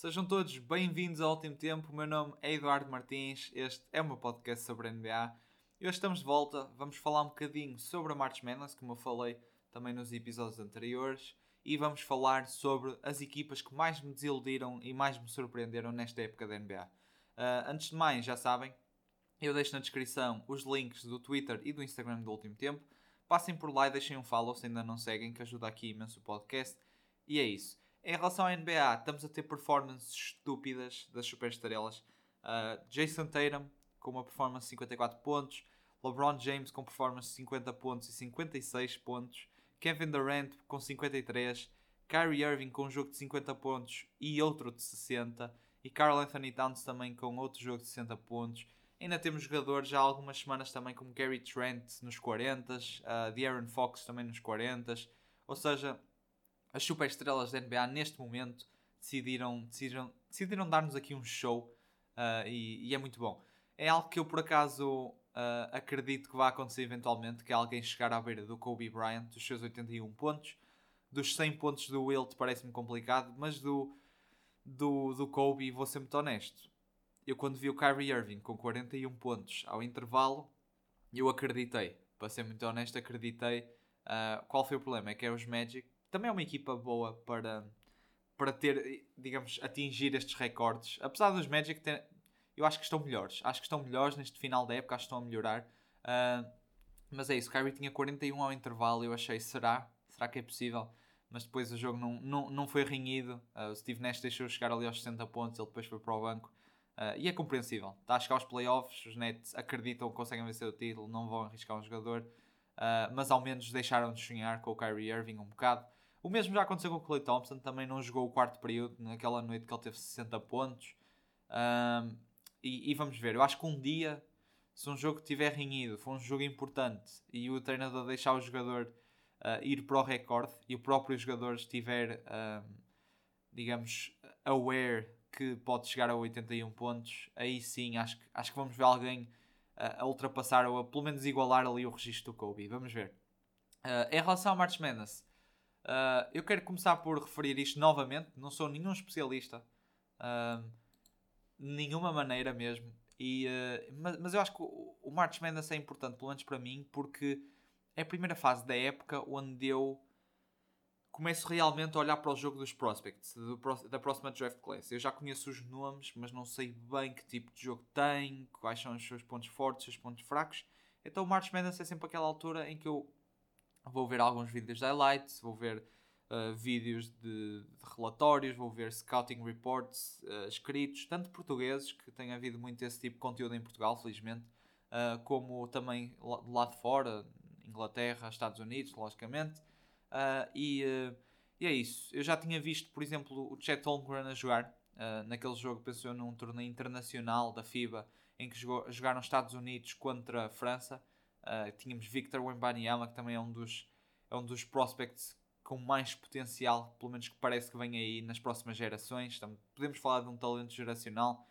Sejam todos bem-vindos ao Último Tempo. O meu nome é Eduardo Martins. Este é o meu podcast sobre a NBA. E hoje estamos de volta. Vamos falar um bocadinho sobre a March Madness, como eu falei também nos episódios anteriores. E vamos falar sobre as equipas que mais me desiludiram e mais me surpreenderam nesta época da NBA. Antes de mais, já sabem, eu deixo na descrição os links do Twitter e do Instagram do Último Tempo. Passem por lá e deixem um follow se ainda não seguem, que ajuda aqui imenso o podcast. E é isso. Em relação à NBA, estamos a ter performances estúpidas das superestrelas. Jason Tatum com uma performance de 54 pontos. LeBron James com performance de 50 pontos e 56 pontos. Kevin Durant com 53. Kyrie Irving com um jogo de 50 pontos e outro de 60. E Karl Anthony Towns também com outro jogo de 60 pontos. Ainda temos jogadores já há algumas semanas também como Gary Trent nos 40, De'Aaron Fox também nos 40. Ou seja, as superestrelas da NBA neste momento decidiram dar-nos aqui um show e é muito bom. É algo que eu por acaso acredito que vai acontecer eventualmente, que é alguém chegar à beira do Kobe Bryant, dos seus 81 pontos. Dos 100 pontos do Wilt parece-me complicado, mas do Kobe vou ser muito honesto. Eu quando vi o Kyrie Irving com 41 pontos ao intervalo, eu acreditei. Para ser muito honesto, acreditei. Qual foi o problema? É que os Magic também é uma equipa boa para ter, digamos, atingir estes recordes. Apesar dos Magic eu acho que estão melhores. Acho que estão melhores neste final da época, acho que estão a melhorar. Mas é isso, o Kyrie tinha 41 ao intervalo e eu achei, será que é possível? Mas depois o jogo não foi renhido. O Steve Nash deixou chegar ali aos 60 pontos, ele depois foi para o banco. E é compreensível. Está a chegar aos playoffs, os Nets acreditam que conseguem vencer o título, não vão arriscar um jogador. Mas ao menos deixaram de sonhar com o Kyrie Irving um bocado. O mesmo já aconteceu com o Klay Thompson, também não jogou o quarto período, naquela noite que ele teve 60 pontos. E vamos ver, eu acho que um dia, se um jogo estiver renhido, for um jogo importante e o treinador deixar o jogador ir para o recorde e o próprio jogador estiver, digamos, aware que pode chegar a 81 pontos, aí sim acho que vamos ver alguém a ultrapassar ou a pelo menos igualar ali o registro do Kobe. Vamos ver. Em relação ao March Madness, eu quero começar por referir isto novamente. Não sou nenhum especialista, de nenhuma maneira mesmo. Mas eu acho que o March Madness é importante, pelo menos para mim, porque é a primeira fase da época onde eu começo realmente a olhar para o jogo dos prospects, da próxima draft class. Eu já conheço os nomes, mas não sei bem que tipo de jogo tem, quais são os seus pontos fortes, os seus pontos fracos. Então o March Madness é sempre aquela altura em que eu vou ver alguns vídeos de highlights, vou ver vídeos de relatórios, vou ver scouting reports escritos, tanto portugueses, que tem havido muito esse tipo de conteúdo em Portugal, felizmente, como também do lado de fora, Inglaterra, Estados Unidos, logicamente. E é isso. Eu já tinha visto, por exemplo, o Chet Holmgren a jogar naquele jogo, penso eu, num torneio internacional da FIBA, em que jogaram Estados Unidos contra a França. Tínhamos Victor Wembanyama, que também é um dos prospects com mais potencial, pelo menos que parece que vem aí nas próximas gerações. Então, podemos falar de um talento geracional.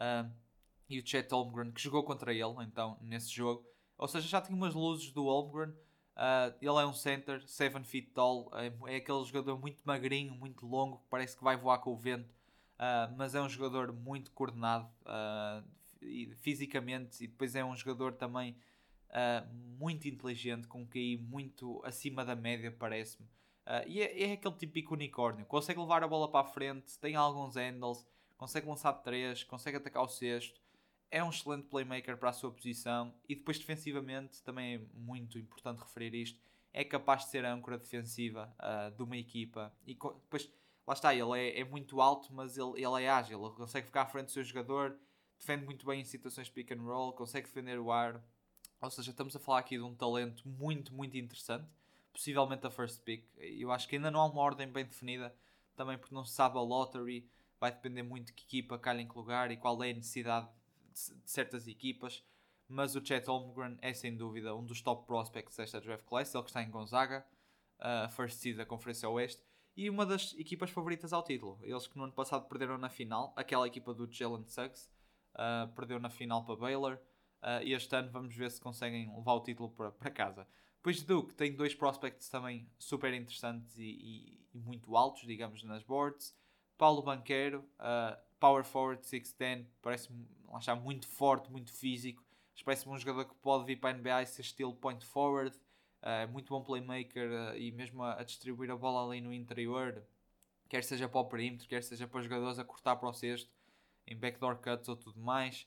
E o Chet Holmgren, que jogou contra ele, então, nesse jogo. Ou seja, já tinha umas luzes do Holmgren. Ele é um center, 7 feet tall, é aquele jogador muito magrinho, muito longo, que parece que vai voar com o vento, mas é um jogador muito coordenado fisicamente, e depois é um jogador também muito inteligente, com um QI muito acima da média, parece-me. E é aquele típico unicórnio, consegue levar a bola para a frente, tem alguns handles, consegue lançar de 3, consegue atacar o cesto. É um excelente playmaker para a sua posição e depois defensivamente, também é muito importante referir isto, é capaz de ser a âncora defensiva de uma equipa. E depois, lá está, ele é muito alto, mas ele é ágil, ele consegue ficar à frente do seu jogador, defende muito bem em situações de pick and roll, consegue defender o ar. Ou seja, estamos a falar aqui de um talento muito, muito interessante, possivelmente a first pick. Eu acho que ainda não há uma ordem bem definida, também porque não se sabe a lottery, vai depender muito de que equipa calha em que lugar e qual é a necessidade de certas equipas, mas o Chet Holmgren é sem dúvida um dos top prospects desta draft class, ele que está em Gonzaga, first seed da Conferência Oeste, e uma das equipas favoritas ao título. Eles que no ano passado perderam na final, aquela equipa do Jalen Suggs, perdeu na final para Baylor, e este ano vamos ver se conseguem levar o título para casa. Depois Duke tem dois prospects também super interessantes e muito altos, digamos, nas boards. Paulo Banqueiro, power forward 6'10", parece-me, lá está, muito forte, muito físico. Parece-me um jogador que pode vir para a NBA e ser estilo point forward, muito bom playmaker e mesmo a distribuir a bola ali no interior, quer seja para o perímetro, quer seja para os jogadores a cortar para o cesto, em backdoor cuts ou tudo mais.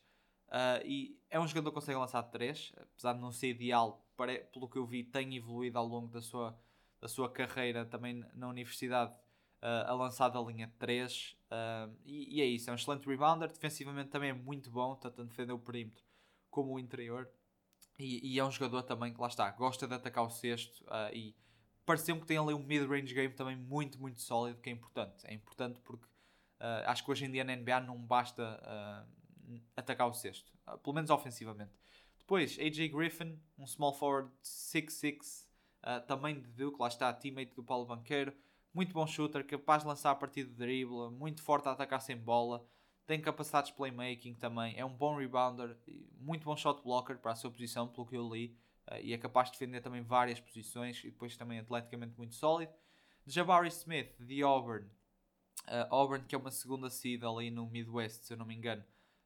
E é um jogador que consegue lançar de 3, apesar de não ser ideal, pelo que eu vi, tem evoluído ao longo da sua carreira também na universidade, a lançar da linha de 3. E é isso, é um excelente rebounder, defensivamente também é muito bom, tanto a defender o perímetro como o interior. E é um jogador também que, lá está, gosta de atacar o cesto e pareceu-me que tem ali um mid-range game também muito, muito sólido, que é importante. É importante porque acho que hoje em dia na NBA não basta atacar o cesto, pelo menos ofensivamente. Depois, AJ Griffin, um small forward 6'6", também de Duke, lá está, teammate do Paulo Banqueiro. Muito bom shooter, capaz de lançar a partir do dribble, muito forte a atacar sem bola. Tem capacidades de playmaking também, é um bom rebounder, muito bom shot blocker para a sua posição, pelo que eu li, e é capaz de defender também várias posições e depois também atleticamente muito sólido. Jabari Smith, de Auburn, Auburn que é uma segunda seed ali no Midwest, se eu não me engano,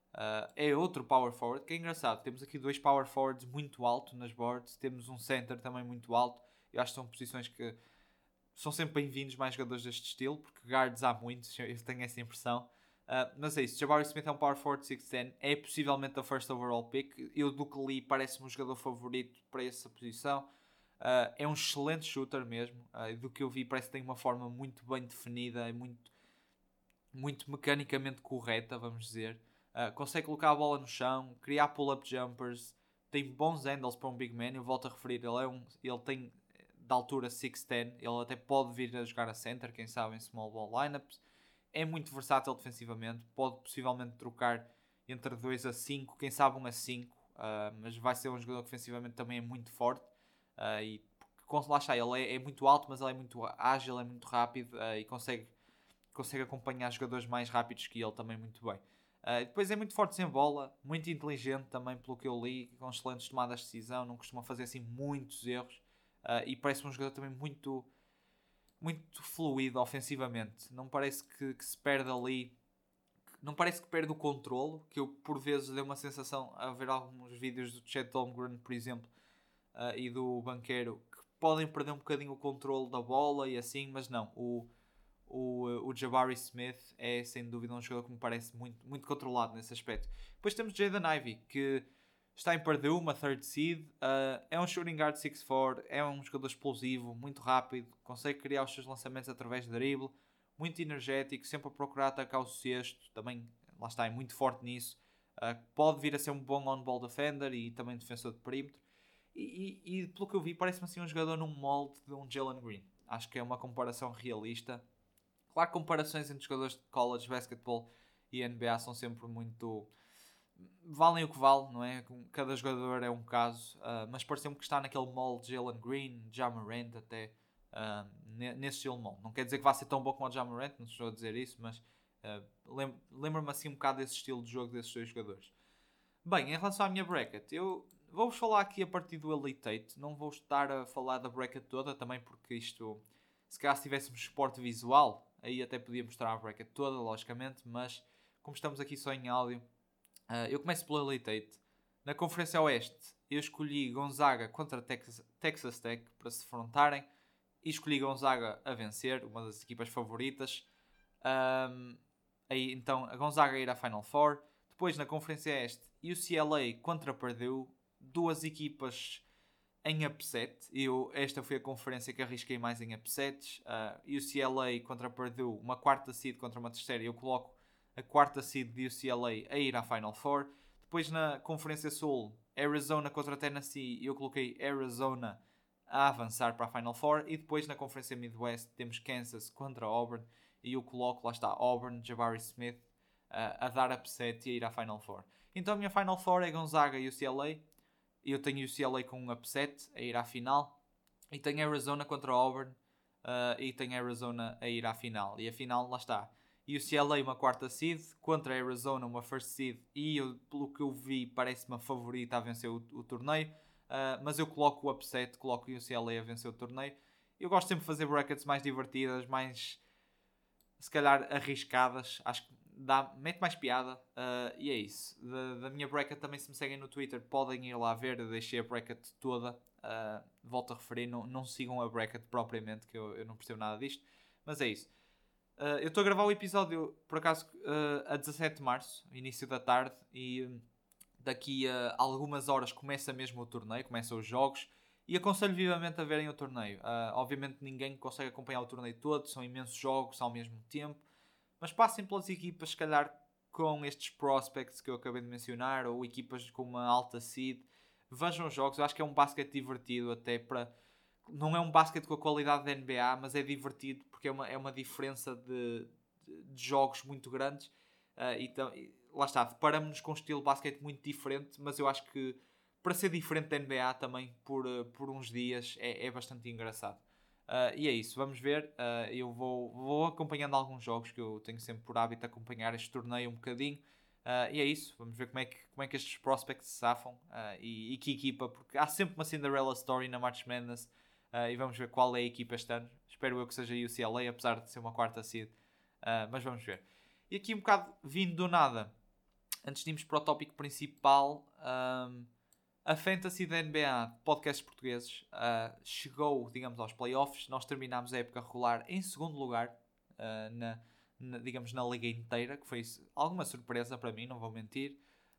é outro power forward, que é engraçado, temos aqui dois power forwards muito alto nas boards, temos um center também muito alto, eu acho que são posições que são sempre bem-vindos mais jogadores deste estilo, porque guards há muitos, eu tenho essa impressão. Mas é isso, Jabari Smith é um power forward 6'10", é possivelmente a first overall pick. Eu do que li parece-me um jogador favorito para essa posição. É um excelente shooter mesmo, do que eu vi parece que tem uma forma muito bem definida e muito, muito mecanicamente correta, vamos dizer. Consegue colocar a bola no chão, criar pull-up jumpers, tem bons handles para um big man. Eu volto a referir, ele tem de altura 6'10", ele até pode vir a jogar a center, quem sabe em small ball lineups. É muito versátil defensivamente, pode possivelmente trocar entre 2 a 5, quem sabe 1 a 5, mas vai ser um jogador que defensivamente também é muito forte, e lá está, ele é muito alto, mas ele é muito ágil, é muito rápido, e consegue acompanhar jogadores mais rápidos que ele também muito bem. Depois é muito forte sem bola, muito inteligente também, pelo que eu li, com excelentes tomadas de decisão, não costuma fazer assim muitos erros, e parece um jogador também muito, muito fluido ofensivamente. Não parece que se perde ali, não parece que perde o controlo, que eu por vezes dei uma sensação a ver alguns vídeos do Chet Holmgren, por exemplo, e do Banqueiro, que podem perder um bocadinho o controle da bola e assim, mas não, o Jabari Smith é sem dúvida um jogador que me parece muito, muito controlado nesse aspecto. Depois temos Jaden Ivey, que está em Purdue, uma third seed, é um shooting guard 6'4", é um jogador explosivo, muito rápido, consegue criar os seus lançamentos através de drible, muito energético, sempre a procurar atacar o cesto, também, lá está, é muito forte nisso. Pode vir a ser um bom on-ball defender e também defensor de perímetro. E pelo que eu vi, parece-me assim um jogador num molde de um Jalen Green. Acho que é uma comparação realista. Claro que comparações entre jogadores de college basketball e NBA são sempre muito... valem o que vale, não é? Cada jogador é um caso, mas pareceu-me que está naquele molde de Jalen Green, Ja Morant até, nesse estilo molde. Não quer dizer que vá ser tão bom como o Ja Morant, não estou a dizer isso, mas lembra-me assim um bocado desse estilo de jogo desses dois jogadores. Bem, em relação à minha bracket, eu vou-vos falar aqui a partir do Elite 8, não vou estar a falar da bracket toda, também porque isto, se calhar se tivéssemos suporte visual, aí até podia mostrar a bracket toda, logicamente, mas como estamos aqui só em áudio, eu começo pelo Elite 8. Na Conferência Oeste, eu escolhi Gonzaga contra Texas Tech para se defrontarem e escolhi Gonzaga a vencer, uma das equipas favoritas. Aí, então, a Gonzaga ir à Final Four. Depois, na Conferência Este, UCLA contra Purdue, duas equipas em upset. Esta foi a conferência que arrisquei mais em upsets. UCLA contra Purdue, uma quarta seed contra uma terceira. Eu coloco a quarta seed de UCLA a ir à Final Four. Depois na Conferência Sul, Arizona contra Tennessee, eu coloquei Arizona a avançar para a Final Four. E depois na Conferência Midwest temos Kansas contra Auburn e eu coloco, lá está, Auburn, Jabari Smith a dar upset e a ir à Final Four. Então a minha Final Four é Gonzaga e UCLA. Eu tenho UCLA com um upset a ir à final e tenho Arizona contra Auburn e tenho Arizona a ir à final. E a final, lá está, UCLA uma quarta seed contra Arizona uma first seed e pelo que eu vi parece-me a favorita a vencer o torneio, mas eu coloco o upset, coloco o UCLA a vencer o torneio. Eu gosto sempre de fazer brackets mais divertidas, mais se calhar arriscadas, acho que mete mais piada, e é isso. Da minha bracket também, se me seguem no Twitter, podem ir lá ver, eu deixei a bracket toda, volto a referir, não sigam a bracket propriamente, que eu não percebo nada disto, mas é isso. Eu estou a gravar o episódio, por acaso, a 17 de março, início da tarde, e daqui a algumas horas começa mesmo o torneio, começam os jogos, e aconselho vivamente a verem o torneio. Obviamente ninguém consegue acompanhar o torneio todo, são imensos jogos ao mesmo tempo, mas passem pelas equipas, se calhar, com estes prospects que eu acabei de mencionar, ou equipas com uma alta seed. Vejam os jogos, eu acho que é um basquete divertido até para... Não é um basquete com a qualidade da NBA, mas é divertido porque é uma diferença de jogos muito grandes. Então, lá está, deparamos-nos com um estilo de basquete muito diferente, mas eu acho que para ser diferente da NBA também por uns dias é bastante engraçado. E é isso, vamos ver. Eu vou acompanhando alguns jogos que eu tenho sempre por hábito acompanhar este torneio um bocadinho. E é isso, vamos ver como é que estes prospects se safam e que equipa, porque há sempre uma Cinderella Story na March Madness. E vamos ver qual é a equipa este ano. Espero eu que seja a UCLA, apesar de ser uma quarta seed. Mas vamos ver. E aqui um bocado vindo do nada, antes de irmos para o tópico principal, a Fantasy da NBA, podcasts portugueses, chegou, digamos, aos playoffs. Nós terminámos a época regular em segundo lugar, digamos, na liga inteira, que foi alguma surpresa para mim, não vou mentir.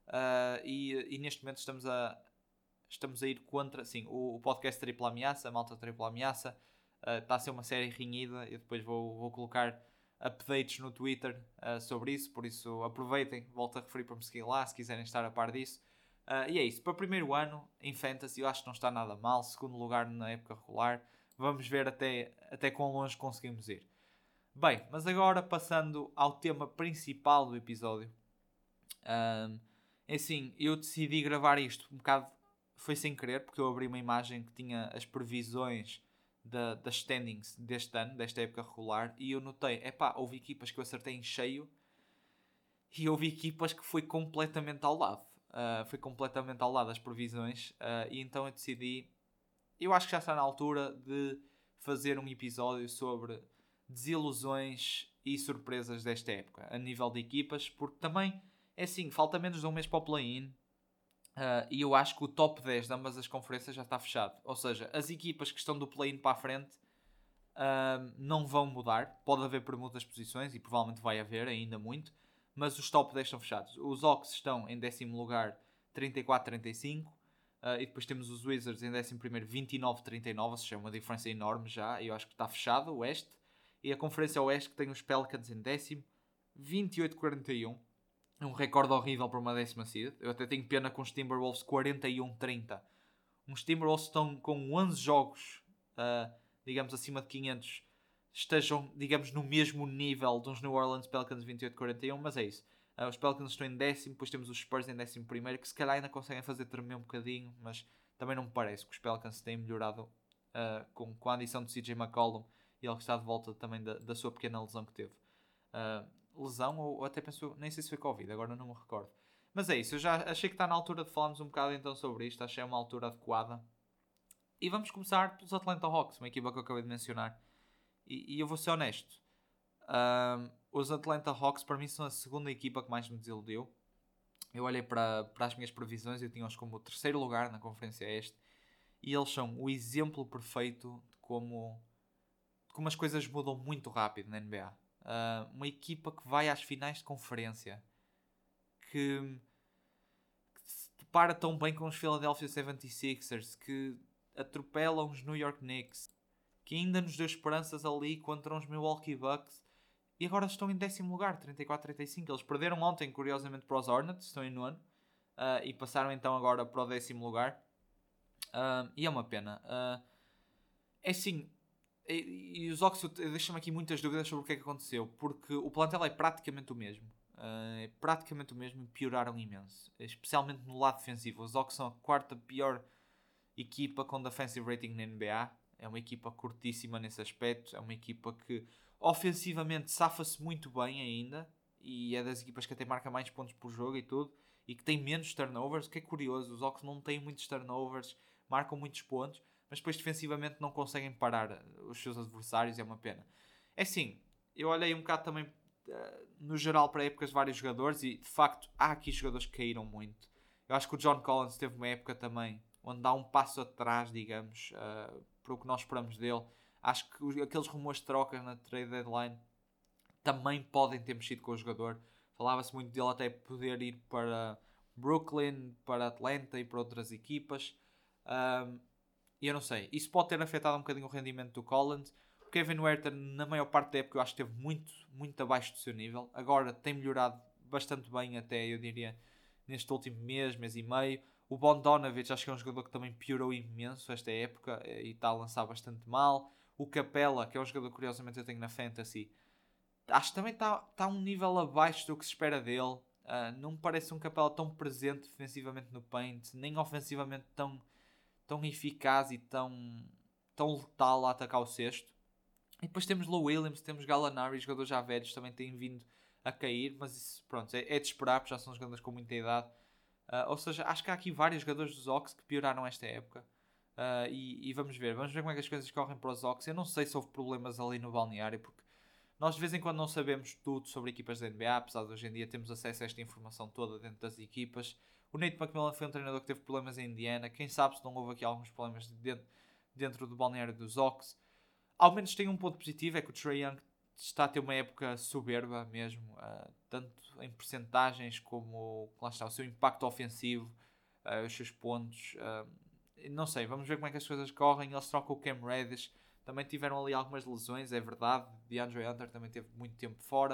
E neste momento estamos a ir contra, sim, o podcast Tripla Ameaça, a malta Tripla Ameaça. Está a ser uma série renhida. Eu depois vou colocar updates no Twitter sobre isso, por isso aproveitem, volto a referir para me seguir lá se quiserem estar a par disso. E é isso, para o primeiro ano em Fantasy eu acho que não está nada mal, segundo lugar na época regular, vamos ver até quão longe conseguimos ir. Bem, mas agora passando ao tema principal do episódio, é assim, eu decidi gravar isto um bocado, foi sem querer, porque eu abri uma imagem que tinha as previsões das standings deste ano, desta época regular, e eu notei, houve equipas que eu acertei em cheio e houve equipas que foi completamente ao lado. Foi completamente ao lado das previsões, e então eu decidi, eu acho que já está na altura de fazer um episódio sobre desilusões e surpresas desta época, a nível de equipas, porque também, é assim, falta menos de um mês para o play-in, e eu acho que o top 10 de ambas as conferências já está fechado. Ou seja, as equipas que estão do play-in para a frente não vão mudar. Pode haver por muitas posições, e provavelmente vai haver ainda muito, mas os top 10 estão fechados. Os Hawks estão em 10º lugar, 34-35, e depois temos os Wizards em 11º, 29-39, ou seja, é uma diferença enorme já. Eu acho que está fechado o Oeste. E a Conferência Oeste, que tem os Pelicans em 10º, 28-41. Um recorde horrível para uma 10ª seed. Eu até tenho pena com os Timberwolves 41-30. Uns Timberwolves estão com 11 jogos, digamos, acima de 500, estejam, digamos, no mesmo nível dos New Orleans Pelicans 28-41, mas é isso. Os Pelicans estão em 10º, depois temos os Spurs em 11º, que se calhar ainda conseguem fazer tremer um bocadinho, mas também não me parece que os Pelicans têm melhorado com a adição de CJ McCollum, e ele que está de volta também da sua pequena lesão que teve. Lesão, ou até penso, nem sei se foi Covid, agora não me recordo. Mas é isso, eu já achei que está na altura de falarmos um bocado então sobre isto, achei uma altura adequada. E vamos começar pelos Atlanta Hawks, uma equipa que eu acabei de mencionar. E eu vou ser honesto, os Atlanta Hawks para mim são a segunda equipa que mais me desiludiu. Eu olhei para as minhas previsões e eu tinha-os como o terceiro lugar na Conferência Este, e eles são o exemplo perfeito de como as coisas mudam muito rápido na NBA. Uma equipa que vai às finais de conferência, que se depara tão bem com os Philadelphia 76ers, que atropelam os New York Knicks, que ainda nos deu esperanças ali contra os Milwaukee Bucks, e agora estão em 10º lugar, 34-35. Eles perderam ontem, curiosamente, para os Hornets, estão em 9º, e passaram então agora para o 10º lugar. E é uma pena. É assim, e os Hawks deixam-me aqui muitas dúvidas sobre o que é que aconteceu, porque o plantel é praticamente o mesmo. É praticamente o mesmo e pioraram imenso, especialmente no lado defensivo. Os Hawks são a quarta pior equipa com defensive rating na NBA. É uma equipa curtíssima nesse aspecto. É uma equipa que ofensivamente safa-se muito bem ainda, e é das equipas que até marca mais pontos por jogo e tudo, e que tem menos turnovers, o que é curioso. Os Hawks não têm muitos turnovers, marcam muitos pontos, mas depois defensivamente não conseguem parar os seus adversários, é uma pena. É assim, eu olhei um bocado também no geral para épocas de vários jogadores e de facto há aqui jogadores que caíram muito. Eu acho que o John Collins teve uma época também onde dá um passo atrás, digamos, para o que nós esperamos dele. Acho que aqueles rumores de trocas na trade deadline também podem ter mexido com o jogador. Falava-se muito dele até poder ir para Brooklyn, para Atlanta e para outras equipas. E eu não sei. Isso pode ter afetado um bocadinho o rendimento do Collins. O Kevin Huerta, na maior parte da época, eu acho que esteve muito, muito abaixo do seu nível. Agora tem melhorado bastante bem, até eu diria, neste último mês e meio. O Bogdanovic, acho que é um jogador que também piorou imenso esta época e está a lançar bastante mal. O Capela, que é um jogador que curiosamente eu tenho na Fantasy, acho que também está a um nível abaixo do que se espera dele. Não me parece um Capela tão presente defensivamente no paint, nem ofensivamente tão eficaz e tão letal a atacar o cesto. E depois temos Lou Williams, temos Gallinari, jogadores já velhos também têm vindo a cair, mas isso, pronto, é de esperar, porque já são jogadores com muita idade. Ou seja, acho que há aqui vários jogadores dos Hawks que pioraram esta época. E vamos ver como é que as coisas correm para os Hawks. Eu não sei se houve problemas ali no balneário, porque nós de vez em quando não sabemos tudo sobre equipas da NBA, apesar de hoje em dia termos acesso a esta informação toda dentro das equipas. O Nate McMillan foi um treinador que teve problemas em Indiana. Quem sabe se não houve aqui alguns problemas dentro do balneário dos Hawks. Ao menos tem um ponto positivo, é que o Trae Young está a ter uma época soberba mesmo, tanto em percentagens como, lá está, o seu impacto ofensivo, os seus pontos. Não sei, vamos ver como é que as coisas correm. Eles trocam o Cam Reddish, também tiveram ali algumas lesões, é verdade. DeAndre Hunter também teve muito tempo fora.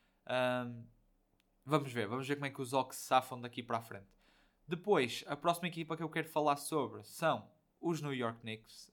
Vamos ver como é que os Hawks se safam daqui para a frente. Depois, a próxima equipa que eu quero falar sobre são os New York Knicks.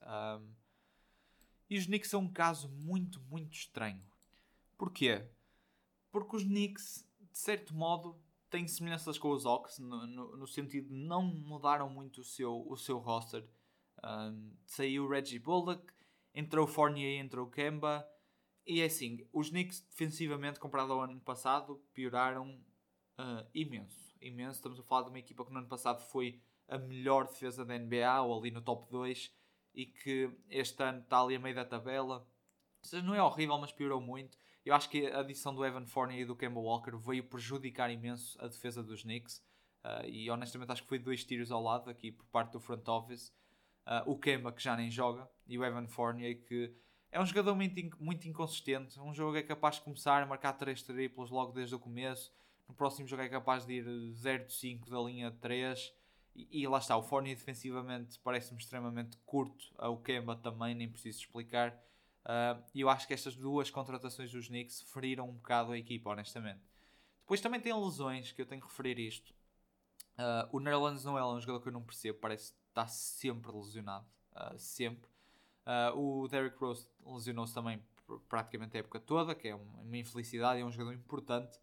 E os Knicks são um caso muito, muito estranho. Porquê? Porque os Knicks, de certo modo, têm semelhanças com os Hawks, no sentido de não mudaram muito o seu roster. Saiu o Reggie Bullock, entrou o Fournier, entrou o Kemba. E é assim, os Knicks defensivamente, comparado ao ano passado, pioraram imenso. Estamos a falar de uma equipa que no ano passado foi a melhor defesa da NBA, ou ali no top 2, e que este ano está ali a meio da tabela. Ou seja, não é horrível, mas piorou muito. Eu acho que a adição do Evan Fournier e do Kemba Walker veio prejudicar imenso a defesa dos Knicks. E honestamente acho que foi 2 tiros ao lado aqui por parte do front office. O Kemba, que já nem joga, e o Evan Fournier, que é um jogador muito inconsistente. Um jogo é capaz de começar a marcar 3 triplos logo desde o começo. No próximo jogo é capaz de ir 0 de 5 da linha de 3. E lá está, o Fournier defensivamente parece-me extremamente curto. O Kemba também, nem preciso explicar. E eu acho que estas duas contratações dos Knicks feriram um bocado a equipa, honestamente. Depois também tem lesões, que eu tenho que referir isto. O Nerlens Noel é um jogador que eu não percebo, parece que está sempre lesionado. Sempre. O Derrick Rose lesionou-se também praticamente a época toda, que é uma infelicidade, é um jogador importante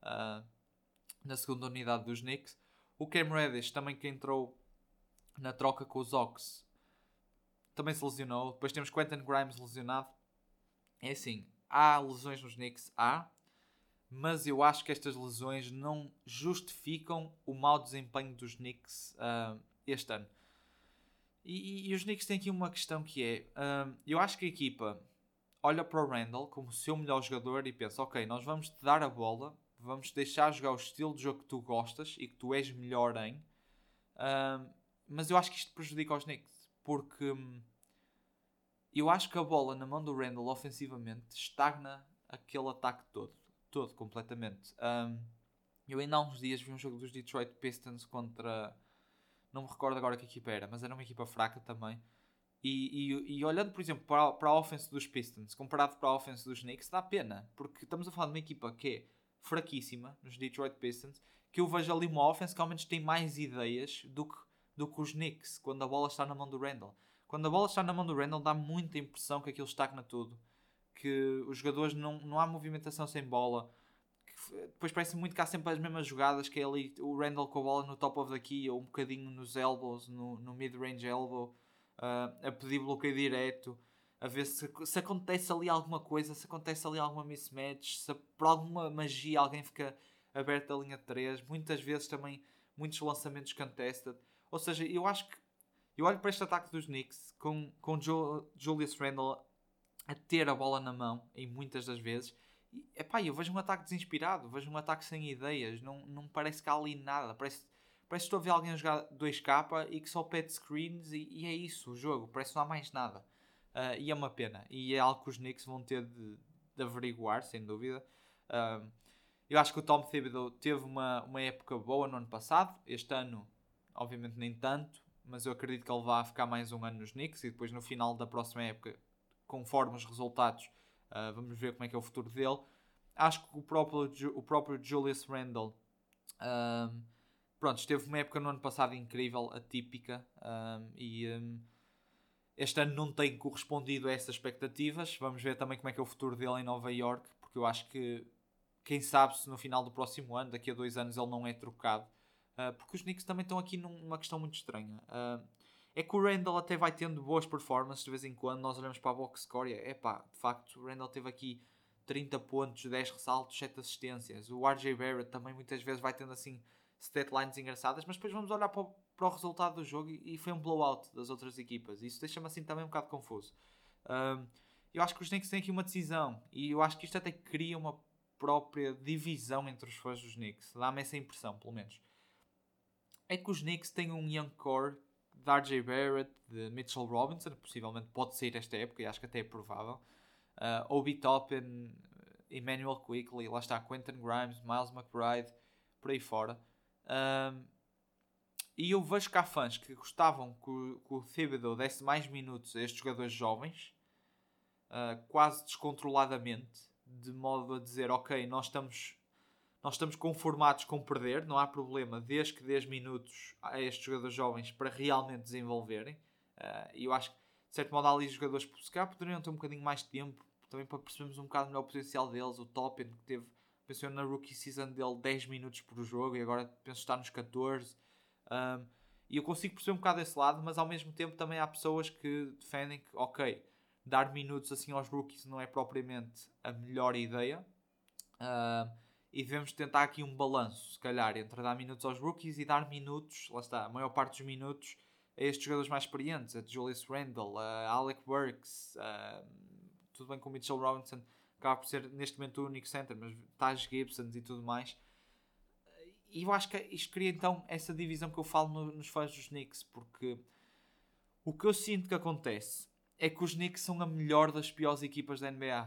na segunda unidade dos Knicks. O Cam Reddish, também que entrou na troca com os Hawks, também se lesionou. Depois temos Quentin Grimes lesionado. É assim, há lesões nos Knicks? Mas eu acho que estas lesões não justificam o mau desempenho dos Knicks este ano. E os Knicks têm aqui uma questão que é... eu acho que a equipa olha para o Randle como o seu melhor jogador e pensa, ok, nós vamos te dar a bola, vamos deixar jogar o estilo de jogo que tu gostas e que tu és melhor em. Mas eu acho que isto prejudica os Knicks, porque eu acho que a bola na mão do Randle ofensivamente estagna aquele ataque todo completamente. Eu ainda há uns dias vi um jogo dos Detroit Pistons contra, não me recordo agora que equipa era, mas era uma equipa fraca também. E olhando, por exemplo, para a offense dos Pistons comparado para a offense dos Knicks, dá pena, porque estamos a falar de uma equipa que é fraquíssima nos Detroit Pistons, que eu vejo ali uma offense que ao menos tem mais ideias do que os Knicks quando a bola está na mão do Randle. Quando a bola está na mão do Randle dá muita impressão que aquilo estagna tudo, que os jogadores não há movimentação sem bola, que depois parece muito que há sempre as mesmas jogadas, que é ali o Randle com a bola no top of the key ou um bocadinho nos elbows, no mid-range elbow, a pedir bloqueio direto, a ver se acontece ali alguma coisa, se acontece ali alguma mismatch, se por alguma magia alguém fica aberto a linha de 3, muitas vezes também muitos lançamentos contested. Ou seja, eu acho que eu olho para este ataque dos Knicks com Julius Randle a ter a bola na mão em muitas das vezes Eu vejo um ataque desinspirado, vejo um ataque sem ideias, não parece que há ali nada, parece que estou a ver alguém a jogar 2K e que só pede screens e é isso o jogo, parece que não há mais nada. E é uma pena, e é algo que os Knicks vão ter de averiguar, sem dúvida. Eu acho que o Tom Thibodeau teve uma época boa no ano passado, este ano obviamente nem tanto, mas eu acredito que ele vai ficar mais um ano nos Knicks e depois no final da próxima época, conforme os resultados, vamos ver como é que é o futuro dele. Acho que o próprio Julius Randle teve uma época no ano passado incrível, atípica, este ano não tem correspondido a essas expectativas. Vamos ver também como é que é o futuro dele em Nova York, porque eu acho que quem sabe se no final do próximo ano, daqui a 2 anos, ele não é trocado. Porque os Knicks também estão aqui numa questão muito estranha. É que o Randall até vai tendo boas performances de vez em quando. Nós olhamos para a box score e de facto, o Randall teve aqui 30 pontos, 10 ressaltos, 7 assistências. O RJ Barrett também muitas vezes vai tendo assim statlines engraçadas, mas depois vamos olhar para o resultado do jogo e foi um blowout das outras equipas. Isso deixa-me assim também um bocado confuso. Eu acho que os Knicks têm aqui uma decisão e eu acho que isto até cria uma própria divisão entre os fãs dos Knicks. Dá-me essa impressão, pelo menos. É que os Knicks têm um young core de RJ Barrett, de Mitchell Robinson, possivelmente pode sair esta época e acho que até é provável. Obi Toppin, Emmanuel Quickley, lá está Quentin Grimes, Miles McBride, por aí fora. E eu vejo que há fãs que gostavam que o Thibodeau desse mais minutos a estes jogadores jovens, quase descontroladamente, de modo a dizer, ok, nós estamos conformados com perder, não há problema, desde que 10 minutos a estes jogadores jovens para realmente desenvolverem. E eu acho que, de certo modo, há ali jogadores que se calhar poderiam ter um bocadinho mais de tempo, também para percebermos um bocado melhor o potencial deles. O Toppin, que teve, pensou na rookie season dele 10 minutos por jogo e agora penso estar nos 14. E eu consigo perceber um bocado desse lado, mas ao mesmo tempo também há pessoas que defendem que, ok, dar minutos assim aos rookies não é propriamente a melhor ideia. E devemos tentar aqui um balanço, se calhar, entre dar minutos aos rookies e dar minutos, lá está, a maior parte dos minutos a estes jogadores mais experientes, a Julius Randle, a Alec Burks, tudo bem com o Mitchell Robinson, acaba por ser neste momento o único center, mas Taj Gibson e tudo mais. E eu acho que isto cria então essa divisão que eu falo nos fãs dos Knicks, porque o que eu sinto que acontece é que os Knicks são a melhor das piores equipas da NBA.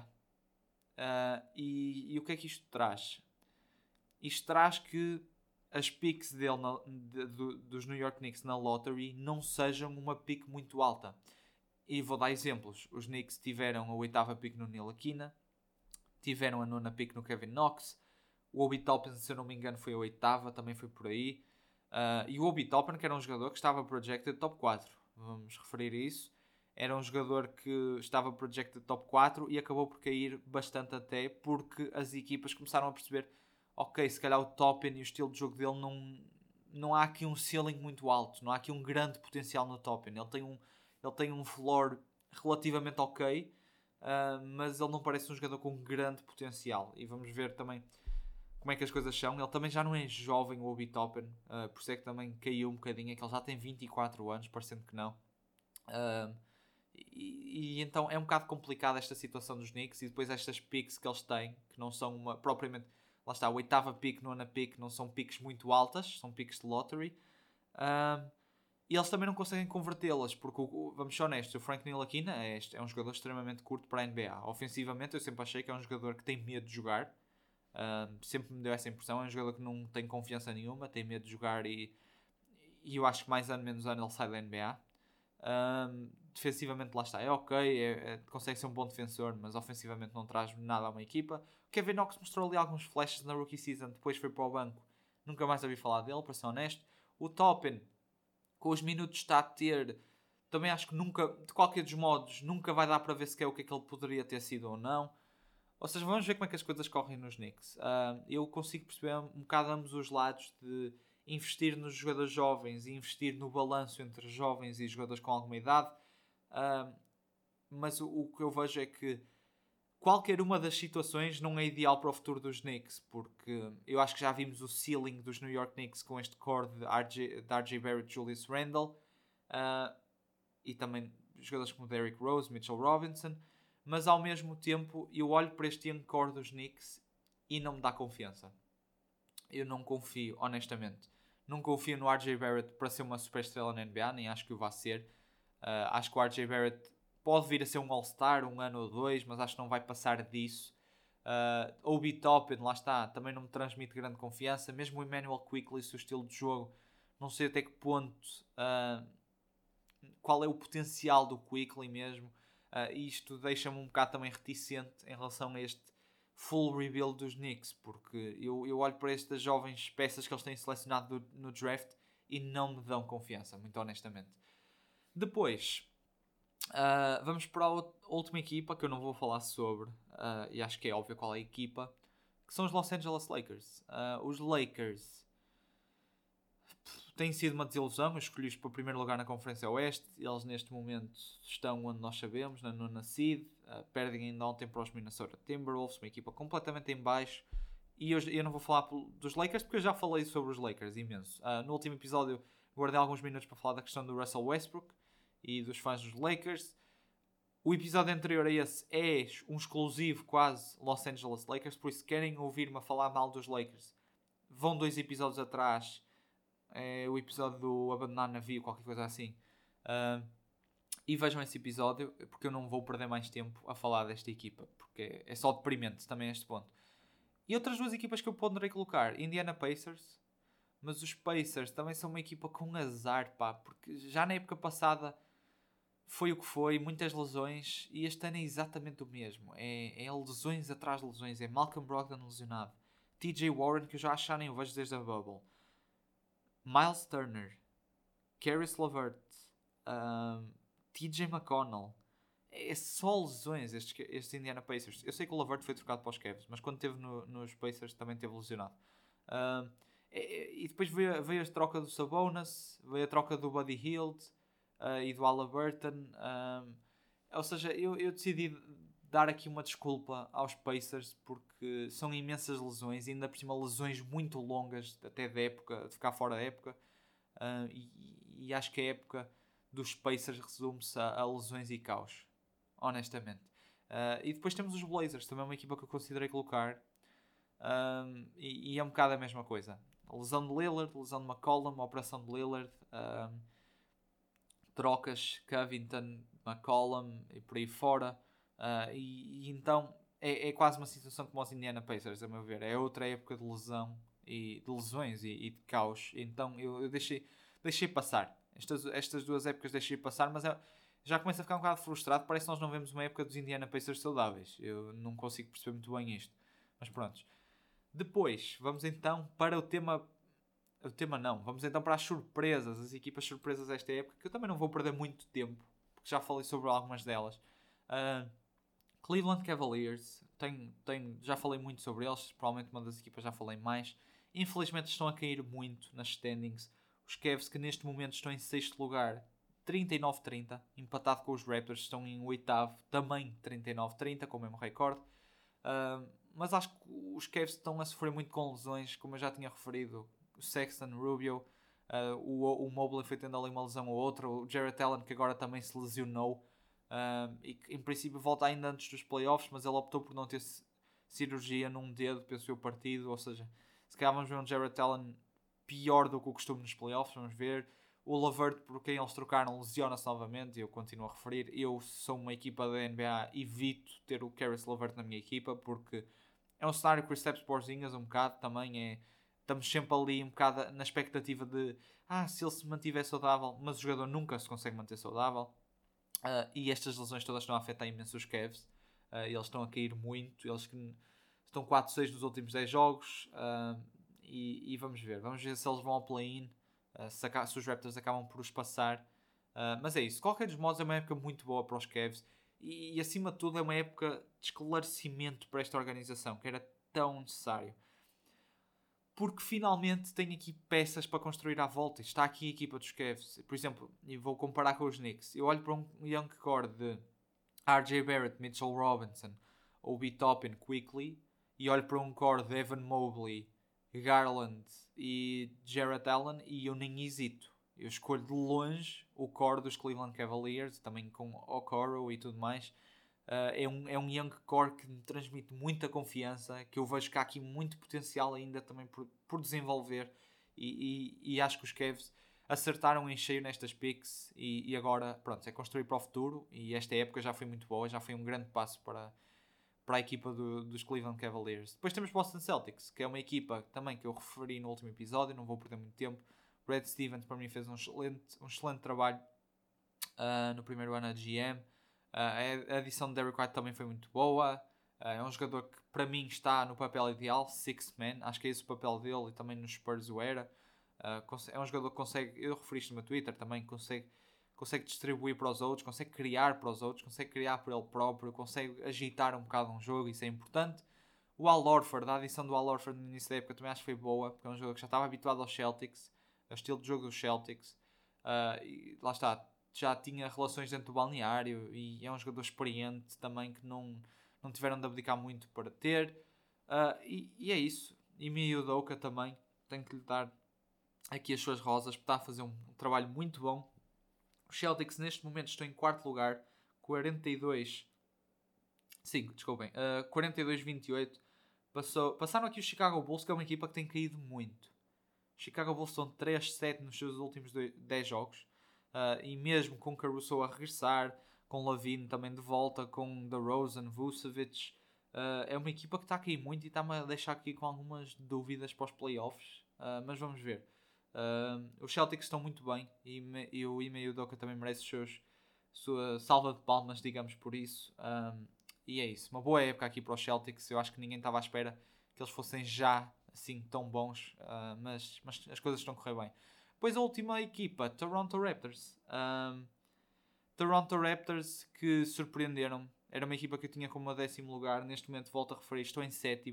E o que é que isto traz? Isto traz que as picks dele dos New York Knicks na lottery não sejam uma pick muito alta. E vou dar exemplos. Os Knicks tiveram a 8ª pick no Ntilikina, tiveram a 9ª pick no Kevin Knox, o Obi Toppin, se eu não me engano, foi a 8ª, também foi por aí. E o Obi Toppin, que era um jogador que estava projected top 4, vamos referir a isso. Era um jogador que estava projected top 4 e acabou por cair bastante até porque as equipas começaram a perceber, ok, se calhar o Toppin e o estilo de jogo dele não há aqui um ceiling muito alto, não há aqui um grande potencial no Toppin. Ele tem um floor relativamente ok, mas ele não parece um jogador com grande potencial. E vamos ver também como é que as coisas são. Ele também já não é jovem, o Obi Toppin, por isso é que também caiu um bocadinho, é que ele já tem 24 anos, parecendo que não. E então é um bocado complicado esta situação dos Knicks e depois estas picks que eles têm, que não são propriamente, lá está, a 8ª pick, 9ª pick, não são picks muito altas, são picks de lottery. E eles também não conseguem convertê-las, porque vamos ser honestos, o Frank Ntilikina é um jogador extremamente curto para a NBA. Ofensivamente eu sempre achei que é um jogador que tem medo de jogar. Sempre me deu essa impressão. É um jogador que não tem confiança nenhuma, tem medo de jogar e eu acho que mais ano menos ano ele sai da NBA. Defensivamente lá está, é ok, consegue ser um bom defensor, mas ofensivamente não traz nada a uma equipa. O Kevin Knox mostrou ali alguns flashes na rookie season, depois foi para o banco, nunca mais ouvi falar dele, para ser honesto. O Toppin, com os minutos que está a ter, também acho que nunca, de qualquer dos modos, nunca vai dar para ver sequer o que é que ele poderia ter sido ou não. Ou seja, vamos ver como é que as coisas correm nos Knicks. Eu consigo perceber um bocado ambos os lados de investir nos jogadores jovens e investir no balanço entre jovens e jogadores com alguma idade. Mas o que eu vejo é que qualquer uma das situações não é ideal para o futuro dos Knicks, porque eu acho que já vimos o ceiling dos New York Knicks com este core de RJ Barrett, Julius Randle e também jogadores como Derrick Rose, Mitchell Robinson. mas ao mesmo tempo eu olho para este young core dos Knicks e não me dá confiança. Eu não confio, honestamente. Não confio no RJ Barrett para ser uma superestrela na NBA, nem acho que o vá ser. Acho que o RJ Barrett pode vir a ser um All-Star, um ano ou dois, mas acho que não vai passar disso. Obi Toppin, lá está, também não me transmite grande confiança. Mesmo o Emmanuel Quickley, seu estilo de jogo, não sei até que ponto, qual é o potencial do Quickley mesmo. Isto deixa-me um bocado também reticente em relação a este full rebuild dos Knicks, porque eu olho para estas jovens peças que eles têm selecionado no draft e não me dão confiança, muito honestamente. Depois, vamos para a última equipa que eu não vou falar sobre, e acho que é óbvio qual é a equipa, que são os Los Angeles Lakers. Os Lakers têm sido uma desilusão. Eu escolhi-os para o primeiro lugar na Conferência Oeste. Eles neste momento estão onde nós sabemos, na nona seed. Perdem ainda ontem para os Minnesota Timberwolves, uma equipa completamente em baixo. E eu não vou falar dos Lakers porque eu já falei sobre os Lakers imenso. No último episódio guardei alguns minutos para falar da questão do Russell Westbrook e dos fãs dos Lakers. O episódio anterior a esse é um exclusivo quase Los Angeles Lakers, por isso se querem ouvir-me a falar mal dos Lakers, vão 2 episódios atrás. É o episódio do Abandonar Navio, qualquer coisa assim. E vejam esse episódio, porque eu não vou perder mais tempo a falar desta equipa, porque é só deprimente também a este ponto. E outras 2 equipas que eu poderei colocar, Indiana Pacers, mas os Pacers também são uma equipa com azar, pá, porque já na época passada foi o que foi, muitas lesões, e este ano é exatamente o mesmo. É lesões atrás de lesões, é Malcolm Brogdon lesionado, TJ Warren, que eu já acho já nem o vejo desde a Bubble, Miles Turner, Caris LeVert, TJ McConnell. É só lesões estes Indiana Pacers. Eu sei que o LeVert foi trocado para os Cavs, mas quando esteve nos Pacers também esteve lesionado. E depois veio a troca do Sabonis, veio a troca do Buddy Hield e do Haliburton. Ou seja, eu decidi dar aqui uma desculpa aos Pacers porque são imensas lesões e ainda por cima lesões muito longas até da época, de ficar fora da época. E acho que a época dos Pacers resume-se a lesões e caos, honestamente. E depois temos os Blazers, também uma equipa que eu considerei colocar, e é um bocado a mesma coisa. A lesão de Lillard, lesão de McCollum, a operação de Lillard, trocas, Covington, McCollum e por aí fora. E então é quase uma situação como os Indiana Pacers, a meu ver. É outra época de lesão e de lesões e de caos. Então eu deixei passar. Estas 2 épocas deixei passar, mas já começo a ficar um bocado frustrado. Parece que nós não vemos uma época dos Indiana Pacers saudáveis. Eu não consigo perceber muito bem isto. Mas pronto. Depois, vamos então para o tema não. Vamos então para as surpresas, as equipas surpresas desta época, que eu também não vou perder muito tempo, porque já falei sobre algumas delas. Cleveland Cavaliers, já falei muito sobre eles, provavelmente uma das equipas já falei mais. Infelizmente estão a cair muito nas standings. Os Cavs, que neste momento estão em 6º lugar, 39-30, empatado com os Raptors, estão em 8º, também 39-30, com o mesmo recorde. Mas acho que os Cavs estão a sofrer muito com lesões, como eu já tinha referido. O Sexton, Rubio, o Mobley foi tendo ali uma lesão ou outra, o Jarrett Allen, que agora também se lesionou, e que em princípio volta ainda antes dos playoffs, mas ele optou por não ter cirurgia num dedo, penso eu, partido. Ou seja, se calhar vamos ver um Jarrett Allen pior do que o costume nos playoffs, vamos ver. O LeVert, por quem eles trocaram, lesiona-se novamente, e eu continuo a referir. Eu sou uma equipa da NBA, evito ter o Caris LeVert na minha equipa, porque é um cenário que recebe Porzingis um bocado também. Estamos sempre ali um bocado na expectativa de se ele se mantiver saudável, mas o jogador nunca se consegue manter saudável. E estas lesões todas estão a afetar imenso os Cavs. Eles estão a cair muito. Eles que estão 4-6 nos últimos 10 jogos. E vamos ver se eles vão ao play-in, se os Raptors acabam por os passar. Mas é isso. De qualquer dos modos, é uma época muito boa para os Cavs. E acima de tudo, é uma época de esclarecimento para esta organização, que era tão necessário. Porque finalmente tem aqui peças para construir à volta. Está aqui a equipa dos Cavs. Por exemplo, e vou comparar com os Knicks. Eu olho para um young core de RJ Barrett, Mitchell Robinson, Obi Toppin, Quickley, e olho para um core de Evan Mobley, Garland e Jarrett Allen, e eu nem hesito. Eu escolho de longe o core dos Cleveland Cavaliers, também com Okoro e tudo mais. É um young core que me transmite muita confiança, que eu vejo que há aqui muito potencial ainda também por desenvolver, e acho que os Cavs acertaram em cheio nestas picks, e agora pronto, é construir para o futuro, e esta época já foi muito boa, já foi um grande passo para a equipa dos Cleveland Cavaliers. Depois temos Boston Celtics, que é uma equipa também que eu referi no último episódio, não vou perder muito tempo. Brad Stevens para mim fez um excelente trabalho no primeiro ano a GM. A adição de Derrick White também foi muito boa. É um jogador que para mim está no papel ideal, six man, acho que é esse o papel dele, e também nos Spurs o era. É um jogador que consegue, eu referi isto no meu Twitter também, consegue distribuir para os outros, consegue criar para os outros, consegue criar para ele próprio, consegue agitar um bocado um jogo, isso é importante. O Al Horford, a adição do Al Horford no início da época também acho que foi boa, porque é um jogador que já estava habituado aos Celtics, ao estilo de jogo dos Celtics, e lá está, já tinha relações dentro do balneário, e é um jogador experiente também que não tiveram de abdicar muito para ter, e é isso. E Ime Udoka também, tenho que lhe dar aqui as suas rosas, porque está a fazer um trabalho muito bom. Os Celtics neste momento estão em quarto lugar, 42. Sim, desculpem, 42-28. Passaram aqui os Chicago Bulls, que é uma equipa que tem caído muito. Os Chicago Bulls estão 3-7 nos seus últimos 10 jogos. E mesmo com Caruso a regressar, com Lavine também de volta, com DeRozan, Vucevic, é uma equipa que está a cair muito e está-me a deixar aqui com algumas dúvidas para os playoffs. Mas vamos ver. Os Celtics estão muito bem, e o Ime Udoka também merece sua salva de palmas, digamos, por isso. E é isso, uma boa época aqui para os Celtics. Eu acho que ninguém estava à espera que eles fossem já assim tão bons, mas as coisas estão a correr bem. Depois a última equipa, Toronto Raptors. Toronto Raptors, que surpreenderam-me. Era uma equipa que eu tinha como 10º lugar. Neste momento, volto a referir, estou em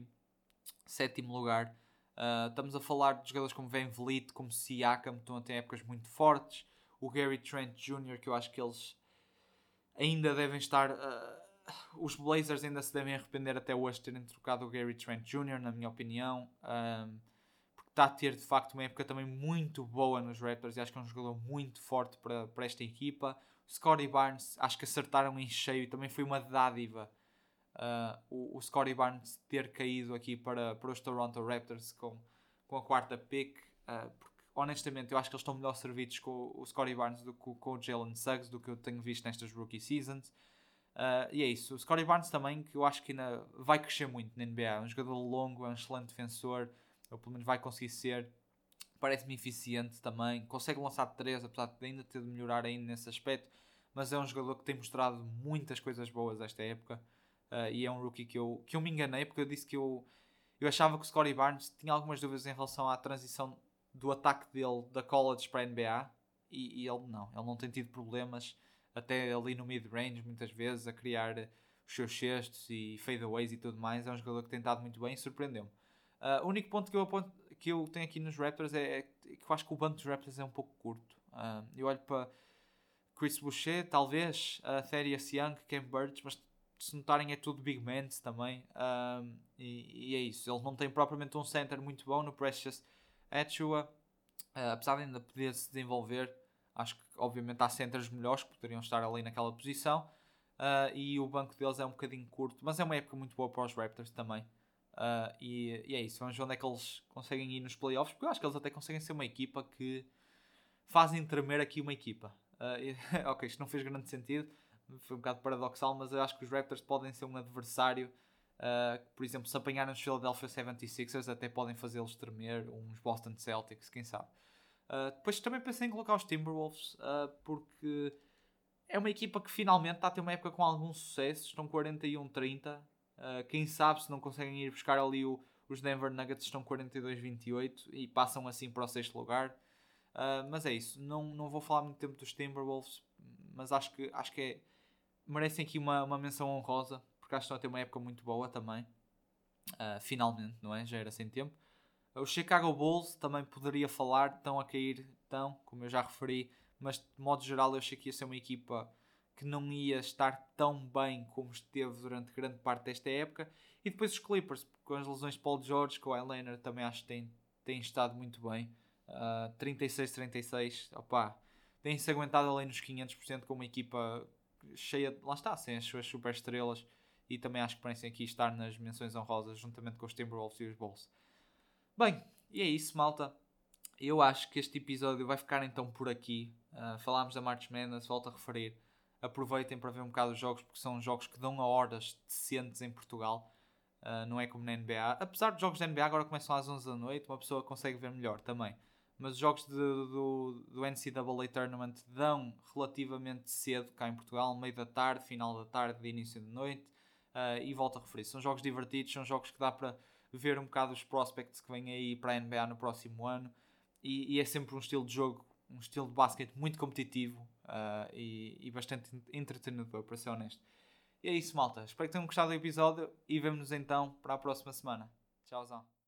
sétimo lugar. Estamos a falar de jogadores como Van Vliet, como Siakam, que estão a ter épocas muito fortes. O Gary Trent Jr., que eu acho que eles ainda devem estar... os Blazers ainda se devem arrepender até hoje de terem trocado o Gary Trent Jr., na minha opinião. Porque está a ter, de facto, uma época também muito boa nos Raptors, e acho que é um jogador muito forte para esta equipa. O Scottie Barnes, acho que acertaram em cheio, e também foi uma dádiva o Scottie Barnes ter caído aqui para os Toronto Raptors com a quarta pick, porque honestamente eu acho que eles estão melhor servidos com o Scottie Barnes do que com o Jalen Suggs, do que eu tenho visto nestas rookie seasons. E é isso. O Scottie Barnes também, que eu acho que ainda vai crescer muito na NBA. É um jogador longo, é um excelente defensor, ou pelo menos vai conseguir ser. Parece-me eficiente também, consegue lançar de 3, apesar de ainda ter de melhorar ainda nesse aspecto, mas é um jogador que tem mostrado muitas coisas boas esta época. E é um rookie que eu me enganei, porque eu disse que eu achava que o Scottie Barnes tinha algumas dúvidas em relação à transição do ataque dele da college para a NBA, e ele não tem tido problemas até ali no mid-range muitas vezes a criar os seus cestos e fadeaways e tudo mais. É um jogador que tem estado muito bem e surpreendeu-me. O único ponto que eu tenho aqui nos Raptors é que eu acho que o banco dos Raptors é um pouco curto. Eu olho para Chris Boucher, talvez, Thaddeus Young, Cam Burch, mas se notarem é tudo big men também. E é isso. Eles não têm propriamente um center muito bom no Precious Achiuwa, apesar de ainda poder se desenvolver. Acho que obviamente há centers melhores que poderiam estar ali naquela posição. E o banco deles é um bocadinho curto, mas é uma época muito boa para os Raptors também. E é isso. Vamos ver onde é que eles conseguem ir nos playoffs, porque eu acho que eles até conseguem ser uma equipa que fazem tremer aqui uma equipa. Ok, isto não fez grande sentido, foi um bocado paradoxal, mas eu acho que os Raptors podem ser um adversário por exemplo, se apanharem os Philadelphia 76ers, até podem fazê-los tremer, uns Boston Celtics, quem sabe. Depois também pensei em colocar os Timberwolves, porque é uma equipa que finalmente está a ter uma época com algum sucesso, estão 41-30. Quem sabe se não conseguem ir buscar ali os Denver Nuggets, estão 42-28 e passam assim para o 6º lugar. Mas é isso, não vou falar muito tempo dos Timberwolves, mas acho que merecem aqui uma menção honrosa, porque acho que estão a ter uma época muito boa também. Finalmente, não é? Já era sem tempo. Os Chicago Bulls também poderia falar, estão a cair, como eu já referi, mas de modo geral eu achei que ia ser uma equipa que não ia estar tão bem como esteve durante grande parte desta época. E depois os Clippers, com as lesões de Paul George, com o Leonard, também acho que têm estado muito bem. 36-36, opá, têm-se aguentado ali nos 500% com uma equipa cheia, lá está, sem as suas super estrelas, e também acho que parecem aqui estar nas menções honrosas, juntamente com os Timberwolves e os Bulls. Bem, e é isso, malta. Eu acho que este episódio vai ficar então por aqui. Falámos da March Madness, volto a referir. Aproveitem para ver um bocado os jogos, porque são jogos que dão a horas decentes em Portugal. Não é como na NBA. Apesar de jogos da NBA agora começam às 11 da noite, uma pessoa consegue ver melhor também. Mas os jogos do NCAA Tournament dão relativamente cedo cá em Portugal, meio da tarde, final da tarde, início da noite. E volto a referir, são jogos divertidos, são jogos que dá para ver um bocado os prospects que vêm aí para a NBA no próximo ano. E é sempre um estilo de jogo, um estilo de basquete muito competitivo e bastante entretenedor, para ser honesto. E é isso, malta. Espero que tenham gostado do episódio e vemo-nos então para a próxima semana. Tchauzão.